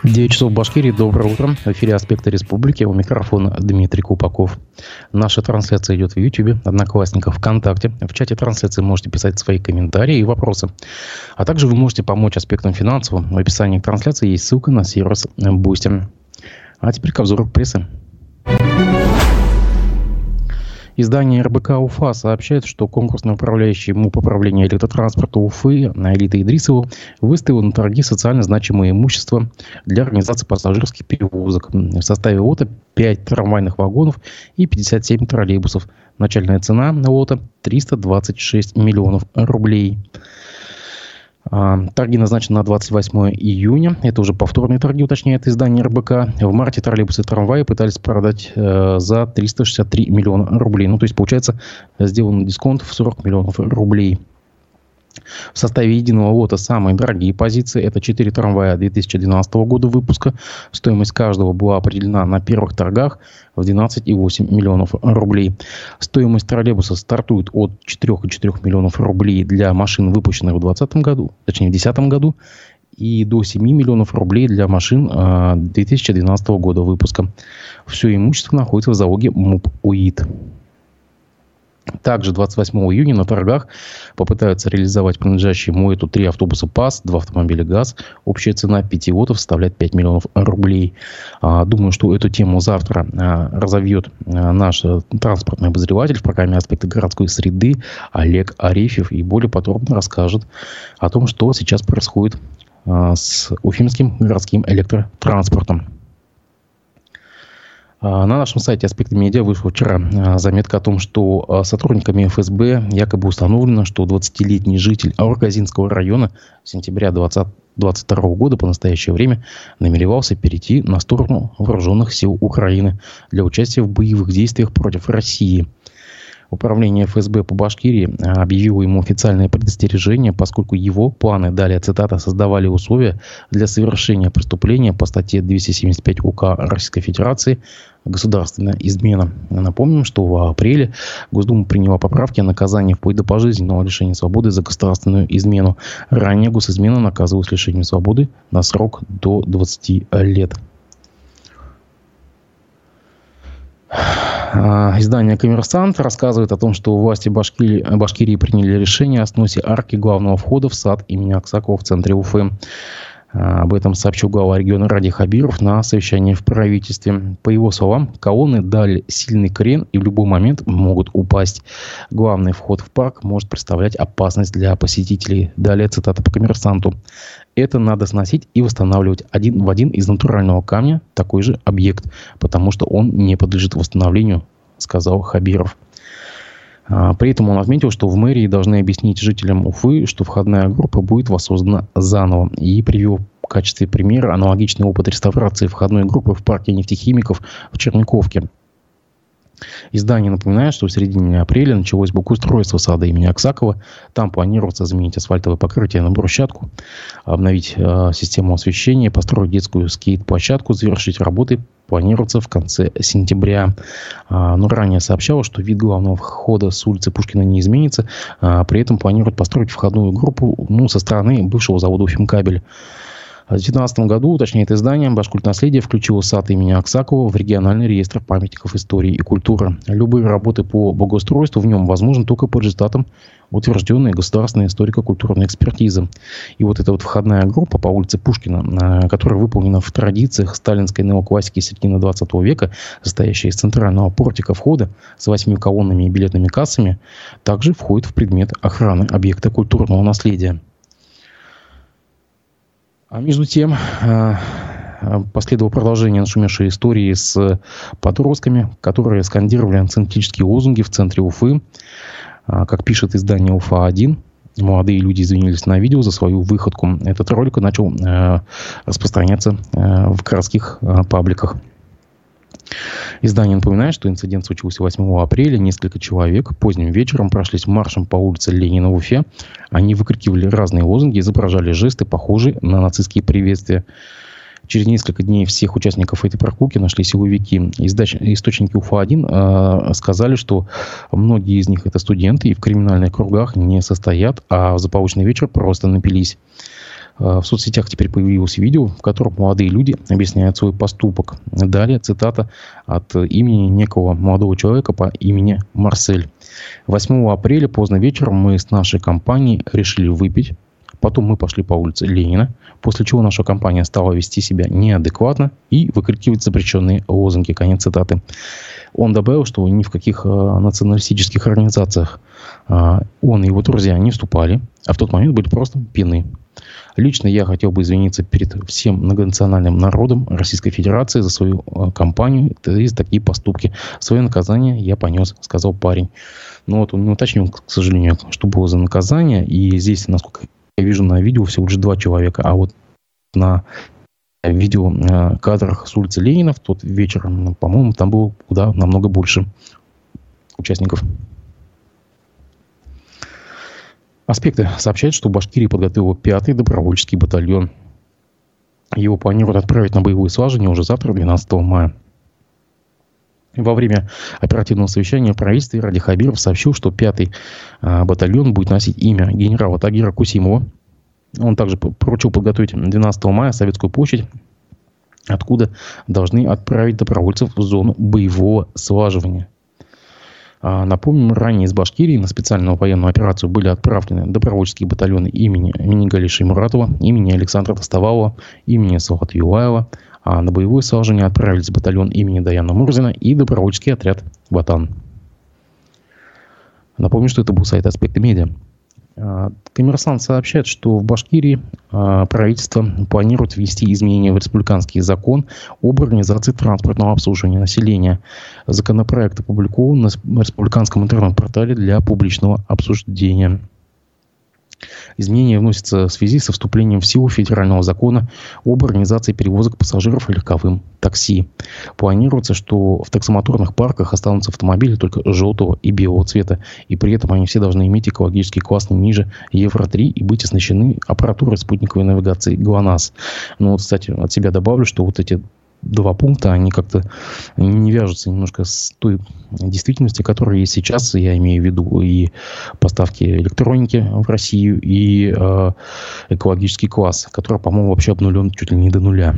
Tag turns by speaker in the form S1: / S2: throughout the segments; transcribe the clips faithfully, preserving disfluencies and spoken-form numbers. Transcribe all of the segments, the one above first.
S1: девять часов в Башкирии. Доброе утро. В эфире «Аспекты Республики». У микрофона Дмитрий Купаков. Наша трансляция идет в Ютьюбе, Одноклассниках, ВКонтакте. В чате трансляции можете писать свои комментарии и вопросы. А также вы можете помочь аспектам финансовым. В описании к трансляции есть ссылка на сервис Boosty. А теперь к обзору прессы. Издание эр бэ ка Уфа сообщает, что конкурсный управляющий МУП управления электротранспорта Уфы Аэлита Идрисова выставил на торги социально значимое имущество для организации пассажирских перевозок. В составе лота пять трамвайных вагонов и пятьдесят семь троллейбусов. Начальная цена лота триста двадцать шесть миллионов рублей. Торги назначены на двадцать восьмое июня. Это уже повторные торги, уточняет издание эр бэ ка. В марте троллейбусы и трамваи пытались продать э, за триста шестьдесят три миллиона рублей. Ну, то есть, получается, сделан дисконт в сорок миллионов рублей. В составе единого лота самые дорогие позиции. Это четыре трамвая две тысячи двенадцатого года выпуска. Стоимость каждого была определена на первых торгах в двенадцать целых восемь десятых миллионов рублей. Стоимость троллейбуса стартует от четыре целых четыре десятых миллионов рублей для машин, выпущенных в двадцатом году, точнее в две тысячи десятом году, и до семи миллионов рублей для машин э, две тысячи двенадцатого года выпуска. Все имущество находится в залоге МУП УИД. Также двадцать восьмого июня на торгах попытаются реализовать принадлежащие МОЭТу три автобуса ПАЗ, два автомобиля ГАЗ. Общая цена пяти лотов составляет пять миллионов рублей. Думаю, что эту тему завтра разовьет наш транспортный обозреватель в программе «Аспекты городской среды» Олег Арефьев и более подробно расскажет о том, что сейчас происходит с уфимским городским электротранспортом. На нашем сайте «Аспекты медиа» вышла вчера заметка о том, что сотрудниками эф эс бэ якобы установлено, что двадцатилетний житель Аургазинского района с сентября две тысячи двадцать второго года по настоящее время намеревался перейти на сторону вооруженных сил Украины для участия в боевых действиях против России. Управление эф эс бэ по Башкирии объявило ему официальное предостережение, поскольку его планы, далее цитата, создавали условия для совершения преступления по статье двести семьдесят пять УК Российской Федерации «Государственная измена». Напомним, что в апреле Госдума приняла поправки о наказании вплоть до пожизненного лишения свободы за государственную измену. Ранее госизмена наказывалась лишением свободы на срок до двадцати лет. Издание «Коммерсант» рассказывает о том, что власти Башкирии, Башкирии приняли решение о сносе арки главного входа в сад имени Аксакова в центре Уфы. Об этом сообщил глава региона Ради Хабиров на совещании в правительстве. По его словам, колонны дали сильный крен и в любой момент могут упасть. Главный вход в парк может представлять опасность для посетителей. Далее цитата по «Коммерсанту». Это надо сносить и восстанавливать один в один из натурального камня такой же объект, потому что он не подлежит восстановлению, сказал Хабиров. При этом он отметил, что в мэрии должны объяснить жителям Уфы, что входная группа будет воссоздана заново. И привел в качестве примера аналогичный опыт реставрации входной группы в парке нефтехимиков в Черниковке. Издание напоминает, что в середине апреля началось благоустройство сада имени Аксакова. Там планируется заменить асфальтовое покрытие на брусчатку, обновить э, систему освещения, построить детскую скейт-площадку, завершить работы планируется в конце сентября. А, но ранее сообщалось, что вид главного входа с улицы Пушкина не изменится. А, при этом планируют построить входную группу ну, со стороны бывшего завода «Уфимкабель». В две тысячи девятнадцатом году, уточняет издание, Башкультнаследие включило сад имени Аксакова в региональный реестр памятников истории и культуры. Любые работы по благоустройству в нем возможны только по результатам утвержденной государственной историко-культурной экспертизы. И вот эта вот входная группа по улице Пушкина, которая выполнена в традициях сталинской неоклассики середины двадцатого века, состоящая из центрального портика входа с восьми колоннами и билетными кассами, также входит в предмет охраны объекта культурного наследия. А между тем, последовало продолжение нашумевшей истории с подростками, которые скандировали антисемитические лозунги в центре Уфы. Как пишет издание Уфа один, молодые люди извинились на видео за свою выходку. Этот ролик начал распространяться в городских пабликах. Издание напоминает, что инцидент случился восьмого апреля. Несколько человек поздним вечером прошлись маршем по улице Ленина в Уфе. Они выкрикивали разные лозунги, изображали жесты, похожие на нацистские приветствия. Через несколько дней всех участников этой прогулки нашли силовики. Источники Уфа один э, сказали, что многие из них это студенты и в криминальных кругах не состоят, а в злополучный вечер просто напились. В соцсетях теперь появилось видео, в котором молодые люди объясняют свой поступок. Далее цитата от имени некого молодого человека по имени Марсель. восьмого апреля поздно вечером мы с нашей компанией решили выпить. Потом мы пошли по улице Ленина, после чего наша компания стала вести себя неадекватно и выкрикивать запрещенные лозунги. Конец цитаты. Он добавил, что ни в каких а, националистических организациях а, он и его друзья не вступали, а в тот момент были просто пьяны. Лично я хотел бы извиниться перед всем многонациональным народом Российской Федерации за свою а, кампанию и за такие поступки. Свое наказание я понес, сказал парень. Но вот он не уточнил, к сожалению, что было за наказание. И здесь, насколько я вижу на видео, всего лишь два человека. А вот на видео э, кадрах с улицы Ленина в тот вечер, ну, по-моему, там было куда намного больше участников. Аспекты сообщают, что Башкирия подготовила пятый добровольческий батальон. Его планируют отправить на боевые слажения уже завтра, двенадцатого мая. Во время оперативного совещания в правительстве Ради Хабиров сообщил, что пятый а, батальон будет носить имя генерала Тагира Кусимова. Он также поручил подготовить двенадцатого мая Советскую площадь, откуда должны отправить добровольцев в зону боевого слаживания. А, напомним, ранее из Башкирии на специальную военную операцию были отправлены добровольческие батальоны имени Минингали Шаймуратова, имени Александра Тостовалова, имени Салавата Юлаева. А на боевое слаживание отправились батальон имени Даяна Мурзина и добровольческий отряд «Батан». Напомню, что это был сайт «Аспекты медиа». Коммерсант сообщает, что в Башкирии правительство планирует ввести изменения в республиканский закон об организации транспортного обслуживания населения. Законопроект опубликован на республиканском интернет-портале для публичного обсуждения. Изменения вносятся в связи со вступлением в силу федерального закона об организации перевозок пассажиров легковым такси. Планируется, что в таксомоторных парках останутся автомобили только желтого и белого цвета, и при этом они все должны иметь экологический класс не ниже евро три и быть оснащены аппаратурой спутниковой навигации ГЛОНАСС. Ну вот, кстати, от себя добавлю, что вот эти два пункта, они как-то не вяжутся немножко с той действительностью, которая есть сейчас. Я имею в виду и поставки электроники в Россию, и э, экологический класс, который, по-моему, вообще обнулен чуть ли не до нуля.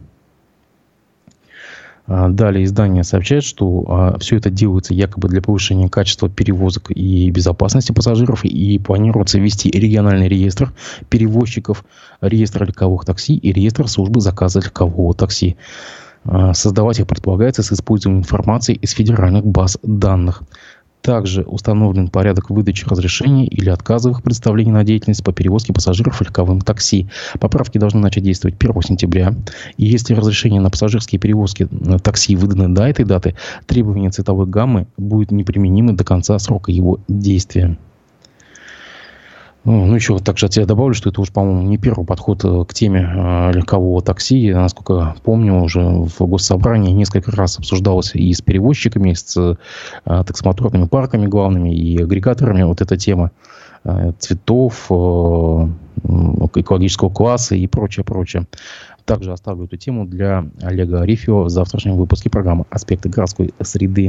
S1: Далее издание сообщает, что а, все это делается якобы для повышения качества перевозок и безопасности пассажиров, и планируется ввести региональный реестр перевозчиков, реестр легковых такси и реестр службы заказа легкового такси. А, создавать их предполагается с использованием информации из федеральных баз данных. Также установлен порядок выдачи разрешений или отказа в их представлении на деятельность по перевозке пассажиров легковым такси. Поправки должны начать действовать первого сентября. И если разрешение на пассажирские перевозки такси выданы до этой даты, требования цветовой гаммы будут неприменимы до конца срока его действия. Ну, еще также от себя добавлю, что это уж, по-моему, не первый подход к теме э, легкового такси. Насколько помню, уже в Госсобрании несколько раз обсуждалось и с перевозчиками, и с э, таксомоторными парками главными, и агрегаторами вот эта тема э, цветов, э, экологического класса и прочее, прочее. Также оставлю эту тему для Олега Арефьева в завтрашнем выпуске программы «Аспекты городской среды».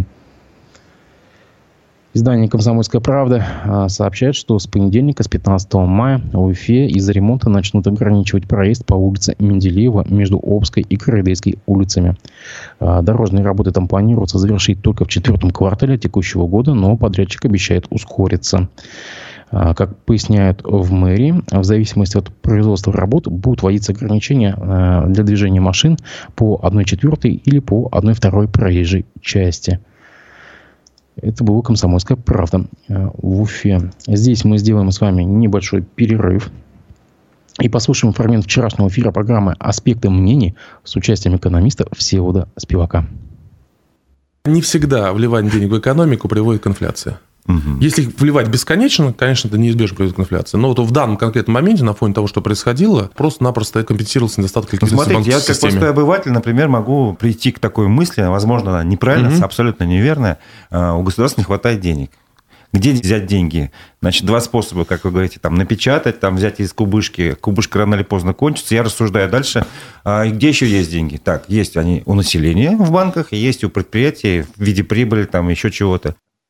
S1: Издание «Комсомольская правда» сообщает, что с понедельника, с пятнадцатого мая, в Уфе из-за ремонта начнут ограничивать проезд по улице Менделеева между Обской и Карайдейской улицами. Дорожные работы там планируется завершить только в четвертом квартале текущего года, но подрядчик обещает ускориться. Как поясняют в мэрии, в зависимости от производства работ будут вводиться ограничения для движения машин по одной четвертой или по одной второй проезжей части. Это была «Комсомольская правда» в Уфе. Здесь мы сделаем с вами небольшой перерыв и послушаем фрагмент вчерашнего эфира программы «Аспекты мнений» с участием экономиста Всеволода Спивака.
S2: Не всегда вливание денег в экономику приводит к инфляции. Угу. Если вливать бесконечно, конечно, это неизбежно приводит к инфляции. Но вот в данном конкретном моменте, на фоне того, что происходило, просто-напросто компенсировался недостаток ликвидности в банковской системе. Я, как простой обыватель, например, могу прийти к такой мысли, возможно, она неправильная, угу. абсолютно неверная. У государства не хватает денег. Где взять деньги? Значит, два способа, как вы говорите, там, напечатать, там, взять из кубышки. Кубышка рано или поздно кончится. Я рассуждаю дальше. А где еще есть деньги? Так, есть они у населения в банках, есть у предприятий в виде прибыли, там, еще чего-то.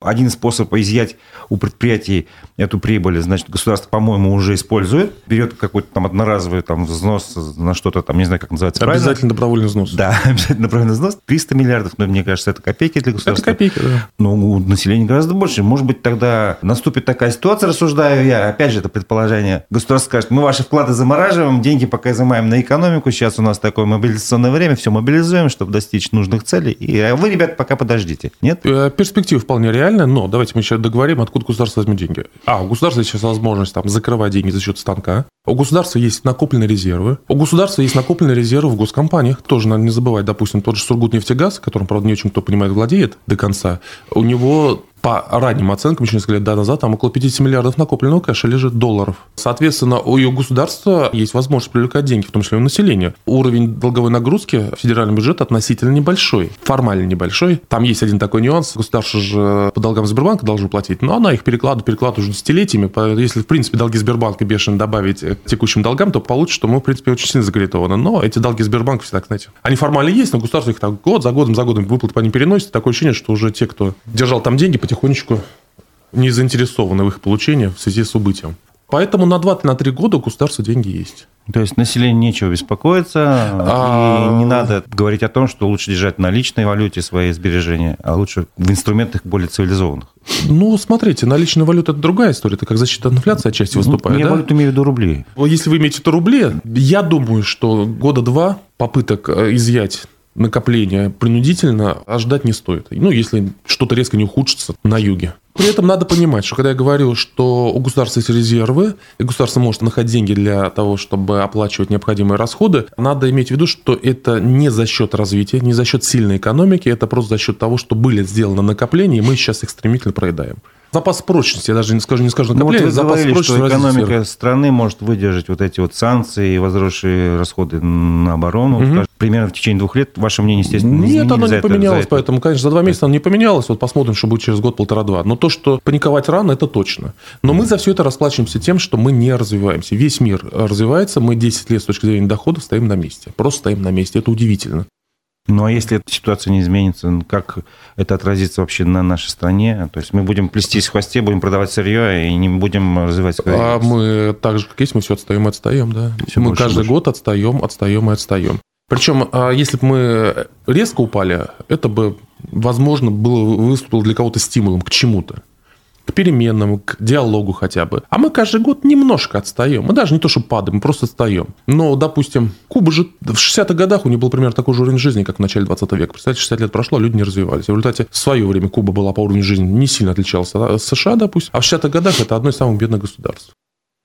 S3: Один способ изъять у предприятий эту прибыль, значит, государство, по-моему, уже использует. Берет какой-то там одноразовый там, взнос на что-то, там, не знаю, как называется.
S2: Обязательно
S3: правильно?
S2: добровольный взнос.
S3: Да, обязательно добровольный взнос. триста миллиардов, но мне кажется, это копейки для государства.
S2: Это копейки, да.
S3: Но у населения гораздо больше. Может быть, тогда наступит такая ситуация, рассуждаю я, опять же, это предположение. Государство скажет, мы ваши вклады замораживаем, деньги пока изымаем на экономику, сейчас у нас такое мобилизационное время, все мобилизуем, чтобы достичь нужных целей. И вы, ребят, пока подождите. Нет?
S2: Перспектива вполне реальная, но давайте мы сейчас договорим, откуда государство возьмет деньги. А, у государства есть сейчас возможность там, закрывать деньги за счет станка. У государства есть накопленные резервы. У государства есть накопленные резервы в госкомпаниях. Тоже надо не забывать, допустим, тот же Сургутнефтегаз, которым, правда, не очень кто понимает, владеет до конца, у него по ранним оценкам, еще несколько лет назад, там около пятьдесят миллиардов накопленного кэша лежит долларов. Соответственно, у ее государства есть возможность привлекать деньги, в том числе и у населения. Уровень долговой нагрузки федерального бюджета относительно небольшой, формально небольшой. Там есть один такой нюанс. Государство же по долгам Сбербанка должно платить, но она их перекладывает, перекладывает уже десятилетиями. Если, в принципе, долги Сбербанка бешено добавить к текущим долгам, то получится, что мы, в принципе, очень сильно закредитованы. Но эти долги Сбербанка всегда, знаете, они формально есть, но государство их так год за годом, за годом выплаты по ним переносит. Такое ощущение, что уже те, кто держал там деньги, потихонечку не заинтересованы в их получении в связи с убытием. Поэтому на два-три года у государства деньги есть.
S3: То есть населению нечего беспокоиться, а... и не надо говорить о том, что лучше держать в наличной валюте свои сбережения, а лучше в инструментах более цивилизованных.
S2: Ну, смотрите, наличная валюта – это другая история, это как защита от инфляции отчасти выступает.
S3: Я
S2: да?
S3: валюту имею в виду рубли.
S2: Если вы имеете в виду рубли, я думаю, что года два попыток изъять накопления принудительно ожидать не стоит. Ну, если что-то резко не ухудшится на юге. При этом надо понимать, что когда я говорю, что у государства есть резервы, и государство может находить деньги для того, чтобы оплачивать необходимые расходы, надо иметь в виду, что это не за счет развития, не за счет сильной экономики, это просто за счет того, что были сделаны накопления, и мы сейчас их стремительно проедаем. Запас прочности, я даже не скажу, не скажу накопление,
S3: вот
S2: запас
S3: говорили,
S2: прочности.
S3: Что экономика сферы. Страны может выдержать вот эти вот санкции и возросшие расходы на оборону. Угу. Скажем, примерно в течение двух лет. Ваше мнение, естественно, не изменилось.
S2: Нет, оно не
S3: это,
S2: поменялось, поэтому, конечно, за два месяца оно не поменялось. Вот посмотрим, что будет через год, полтора-два. Но то, что паниковать рано, это точно. Но мы за все это расплачиваемся тем, что мы не развиваемся. Весь мир развивается, мы десять лет с точки зрения дохода стоим на месте. Просто стоим на месте. Это удивительно.
S3: Ну, а если эта ситуация не изменится, как это отразится вообще на нашей стране? То есть мы будем плестись в хвосте, будем продавать сырье и не будем развивать свою
S2: А мы так же, как есть, мы все отстаем и отстаем, да. Все мы каждый больше. год отстаем, отстаем и отстаем. Причем, если бы мы резко упали, это бы, возможно, было выступило для кого-то стимулом к чему-то. К переменам, к диалогу хотя бы. А мы каждый год немножко отстаем. Мы даже не то, что падаем, мы просто отстаем. Но, допустим, Куба же в шестидесятых годах у них был примерно такой же уровень жизни, как в начале двадцатого века. Представляете, шестьдесят лет прошло, а люди не развивались. В результате в свое время Куба была по уровню жизни не сильно отличалась от США, допустим. А в шестидесятых годах это одно из самых бедных государств.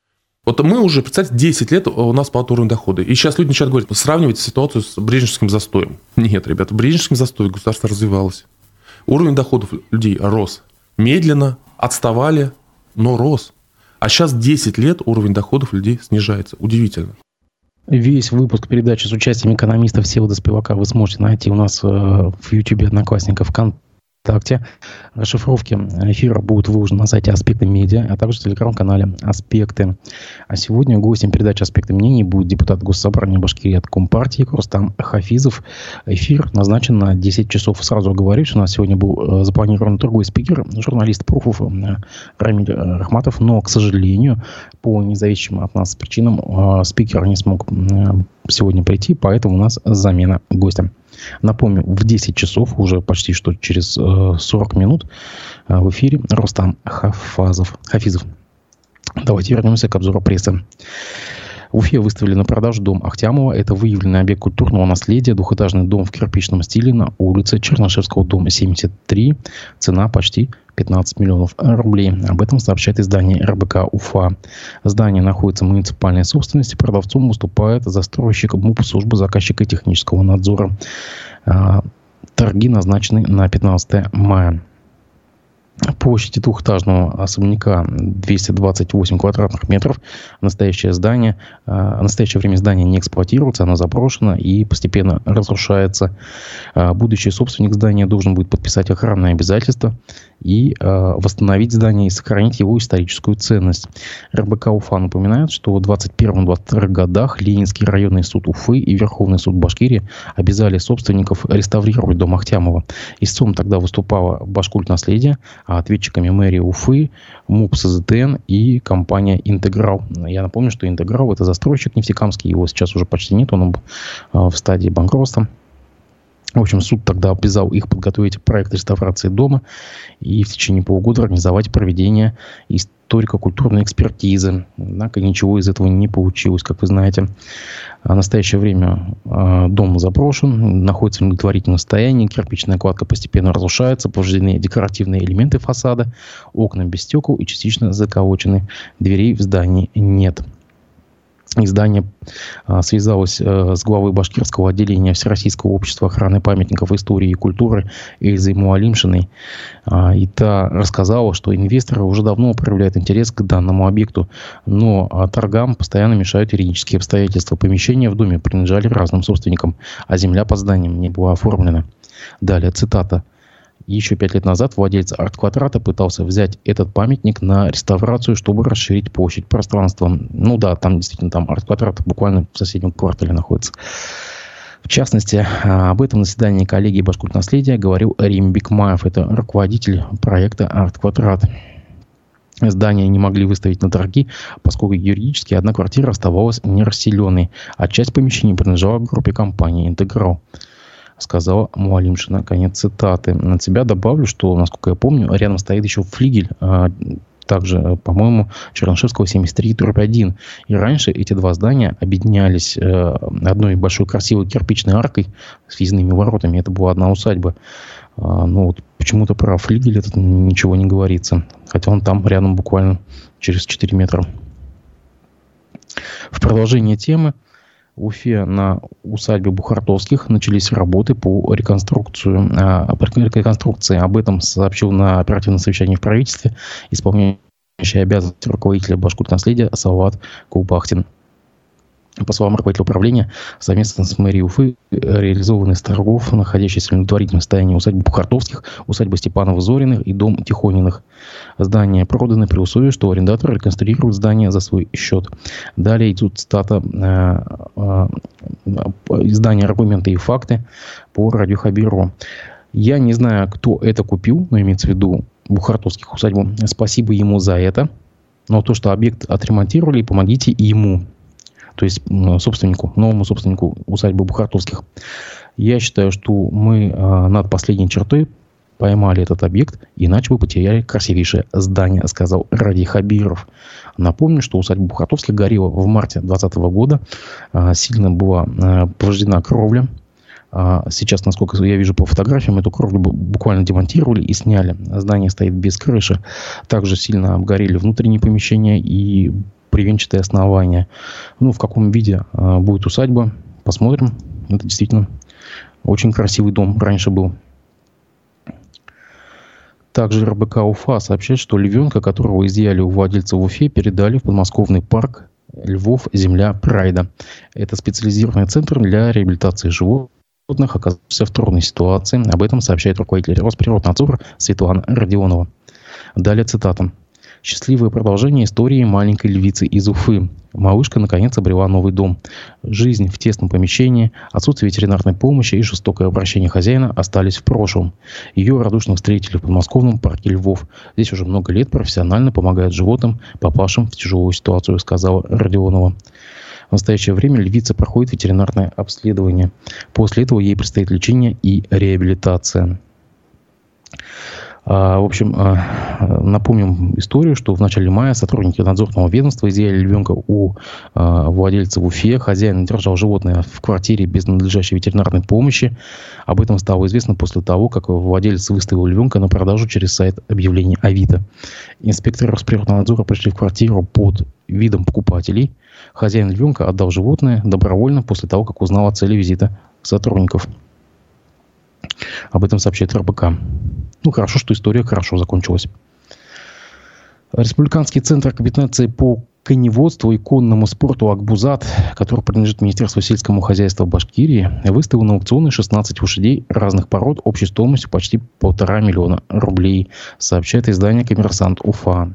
S2: Вот мы уже, представьте, десять лет у нас падает уровень дохода. И сейчас люди начинают говорить, сравнивать ситуацию с Брежневским застоем. Нет, ребята, в Брежневском застое государство развивалось. Уровень доходов людей рос медленно, отставали, но рос. А сейчас десять лет уровень доходов людей снижается. Удивительно.
S1: Весь выпуск передачи с участием экономиста Всеволода Спивака вы сможете найти у нас в YouTube Одноклассников, ВКонтакте. Расшифровки эфира будут выложены на сайте Аспекты Медиа, а также в телеграм-канале Аспекты. А сегодня гостем передачи Аспекты мнений будет депутат Госсобрания Башкирии от Компартии Рустам Хафизов. Эфир назначен на десять часов. Сразу говорю, что у нас сегодня был запланирован другой спикер, журналист Пруфов Рамиль Рахматов, но, к сожалению, по независимым от нас причинам спикер не смог сегодня прийти, поэтому у нас замена гостя. Напомню, в десять часов, уже почти что через сорок минут, в эфире Рустам Хафазов, Хафизов. Давайте вернемся к обзору прессы. В Уфе выставили на продажу дом Ахтямова. Это выявленный объект культурного наследия. Двухэтажный дом в кирпичном стиле на улице Чернышевского, дом семьдесят три. Цена почти пятнадцать миллионов рублей. Об этом сообщает издание эр бэ ка Уфа. Здание находится в муниципальной собственности. Продавцом выступает застройщик МУП службы заказчика и технического надзора. Торги назначены на пятнадцатое мая. Площадь двухэтажного особняка двести двадцать восемь квадратных метров. Настоящее здание, в настоящее время здание не эксплуатируется, оно заброшено и постепенно разрушается. Будущий собственник здания должен будет подписать охранное обязательство и э, восстановить здание и сохранить его историческую ценность. РБК Уфа напоминает, что в двадцать первом — двадцать втором годах Ленинский районный суд Уфы и Верховный суд Башкирии обязали собственников реставрировать дом Ахтямова. Истцом тогда выступала Башкультнаследие, а ответчиками мэрия Уфы, МУП СЗТН и компания «Интеграл». Я напомню, что «Интеграл» — это застройщик нефтекамский, его сейчас уже почти нет, он в стадии банкротства. В общем, суд тогда обязал их подготовить проект реставрации дома и в течение полугода организовать проведение историко-культурной экспертизы. Однако ничего из этого не получилось, как вы знаете. В настоящее время дом заброшен, находится в неудовлетворительном состоянии, кирпичная кладка постепенно разрушается, повреждены декоративные элементы фасада, окна без стекол и частично заколочены. Дверей в здании нет. Издание а, связалось а, с главой башкирского отделения Всероссийского общества охраны памятников истории и культуры Эльзой Муалимшиной. А, и та рассказала, что инвесторы уже давно проявляют интерес к данному объекту, но а, торгам постоянно мешают юридические обстоятельства. Помещения в доме принадлежали разным собственникам, а земля под зданием не была оформлена. Далее цитата. Еще пять лет назад владелец арт-квадрата пытался взять этот памятник на реставрацию, чтобы расширить площадь пространства. Ну да, там действительно там арт-квадрат буквально в соседнем квартале находится. В частности, об этом на заседании коллегии Башкультнаследия говорил Рим Бекмаев. Это руководитель проекта «Арт-квадрат». Здание не могли выставить на торги, поскольку юридически одна квартира оставалась нерасселенной, а часть помещений принадлежала группе компании «Интеграл», сказала Муалимшина. Конец цитаты. От себя добавлю, что, насколько я помню, рядом стоит еще флигель, а, также, по-моему, Чернышевского семьдесят три дробь один. И раньше эти два здания объединялись э, одной большой красивой кирпичной аркой с въездными воротами. Это была одна усадьба. А, но вот почему-то про флигель это ничего не говорится. Хотя он там рядом буквально через четыре метра. В продолжение темы. В Уфе на усадьбе Бухартовских начались работы по реконструкции. реконструкции. Об этом сообщил на оперативном совещании в правительстве исполняющий обязанности руководителя Башкультнаследия Салават Кулбахтин. По словам руководителя управления, совместно с мэрией Уфы реализованы из торгов, находящиеся в неудовлетворительном состоянии усадьбы Бухартовских, усадьба Степанова-Зориных и дом Тихониных. Здания проданы при условии, что арендатор реконструирует здание за свой счет. Далее идут цитата э, э, издания «Аргументы и факты» по радио Хабирову. Я не знаю, кто это купил, но имеется в виду Бухартовских усадьбу. Спасибо ему за это. Но то, что объект отремонтировали, помогите ему. То есть собственнику, новому собственнику усадьбы Бухартовских. Я считаю, что мы э, над последней чертой поймали этот объект, иначе бы потеряли красивейшее здание, сказал Ради Хабиров. Напомню, что усадьба Бухартовских горела в марте двадцатого года. Э, сильно была э, повреждена кровля. Э, сейчас, насколько я вижу по фотографиям, эту кровлю буквально демонтировали и сняли. Здание стоит без крыши. Также сильно обгорели внутренние помещения и привенчатые основания. Ну, в каком виде э, будет усадьба, посмотрим. Это действительно очень красивый дом раньше был. Также РБК Уфа сообщает, что львенка, которого изъяли у владельца в Уфе, передали в подмосковный парк Львов «Земля Прайда». Это специализированный центр для реабилитации животных, оказавшихся в трудной ситуации. Об этом сообщает руководитель Росприроднадзора Светлана Родионова. Далее цитата. Счастливое продолжение истории маленькой львицы из Уфы. Малышка наконец обрела новый дом. Жизнь в тесном помещении, отсутствие ветеринарной помощи и жестокое обращение хозяина остались в прошлом. Ее радушно встретили в подмосковном парке Львов. Здесь уже много лет профессионально помогают животным, попавшим в тяжелую ситуацию, сказала Родионова. В настоящее время львица проходит ветеринарное обследование. После этого ей предстоит лечение и реабилитация. В общем, напомним историю, что в начале мая сотрудники надзорного ведомства изъяли львенка у владельца в Уфе. Хозяин держал животное в квартире без надлежащей ветеринарной помощи. Об этом стало известно после того, как владелец выставил львенка на продажу через сайт объявлений Авито. Инспекторы Росприроднадзора пришли в квартиру под видом покупателей. Хозяин львенка отдал животное добровольно после того, как узнал о цели визита сотрудников. Об этом сообщает РБК. Ну, хорошо, что история хорошо закончилась. Республиканский центр компетенции по коневодству и конному спорту «Акбузат», который принадлежит Министерству сельскому хозяйству Башкирии, выставлено на аукционы шестнадцать лошадей разных пород общей стоимостью почти полтора миллиона рублей, сообщает издание «Коммерсант Уфа».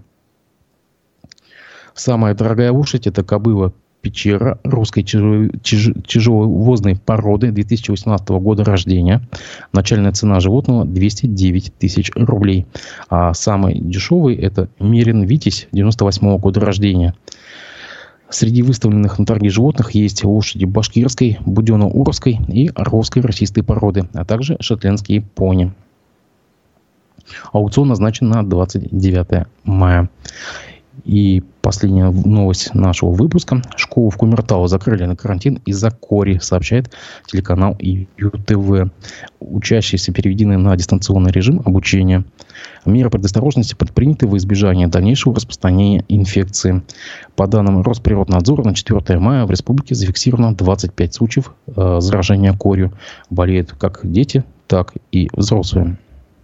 S1: Самая дорогая лошадь – это кобыла Печера русской тяжеловозной породы две тысячи восемнадцатого года рождения. Начальная цена животного двести девять тысяч рублей. А самый дешевый – это Мерин Витязь девяносто восьмого года рождения. Среди выставленных на торги животных есть лошади башкирской, буденно-уровской и орловской росистой породы, а также шотландские пони. Аукцион назначен на двадцать девятое мая. И последняя новость нашего выпуска. Школу в Кумертау закрыли на карантин из-за кори, сообщает телеканал ЮТВ. Учащиеся переведены на дистанционный режим обучения. Меры предосторожности предприняты во избежание дальнейшего распространения инфекции. По данным Росприроднадзора, на четвёртое мая в республике зафиксировано двадцать пять случаев э, заражения корью. Болеют как дети, так и взрослые.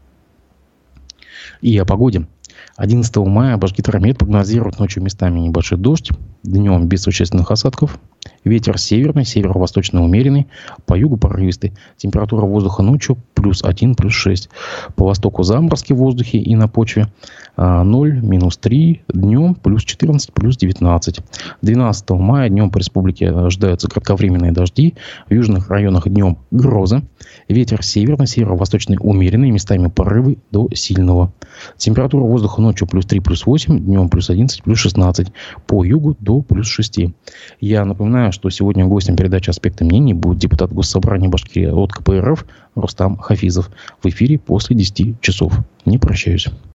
S1: И о погоде. одиннадцатого мая Башгидромет прогнозирует ночью местами небольшой дождь, днем без существенных осадков. Ветер северный, северо-восточный умеренный, по югу порывистый. Температура воздуха ночью плюс один, плюс шесть. По востоку заморозки в воздухе и на почве ноль, минус три, днем плюс четырнадцать, плюс девятнадцать. двенадцатого мая днем по республике ожидаются кратковременные дожди. В южных районах днем грозы. Ветер северный, северо-восточный умеренный, местами порывы до сильного. Температура воздуха ночью плюс три, плюс восемь, днем плюс одиннадцать, плюс шестнадцать. По югу до плюс шесть. Я напоминаю, что сегодня гостем передачи «Аспекты мнений» будет депутат Госсобрания Башкирии от КПРФ Рустам Хафизов. В эфире после десяти часов. Не прощаюсь.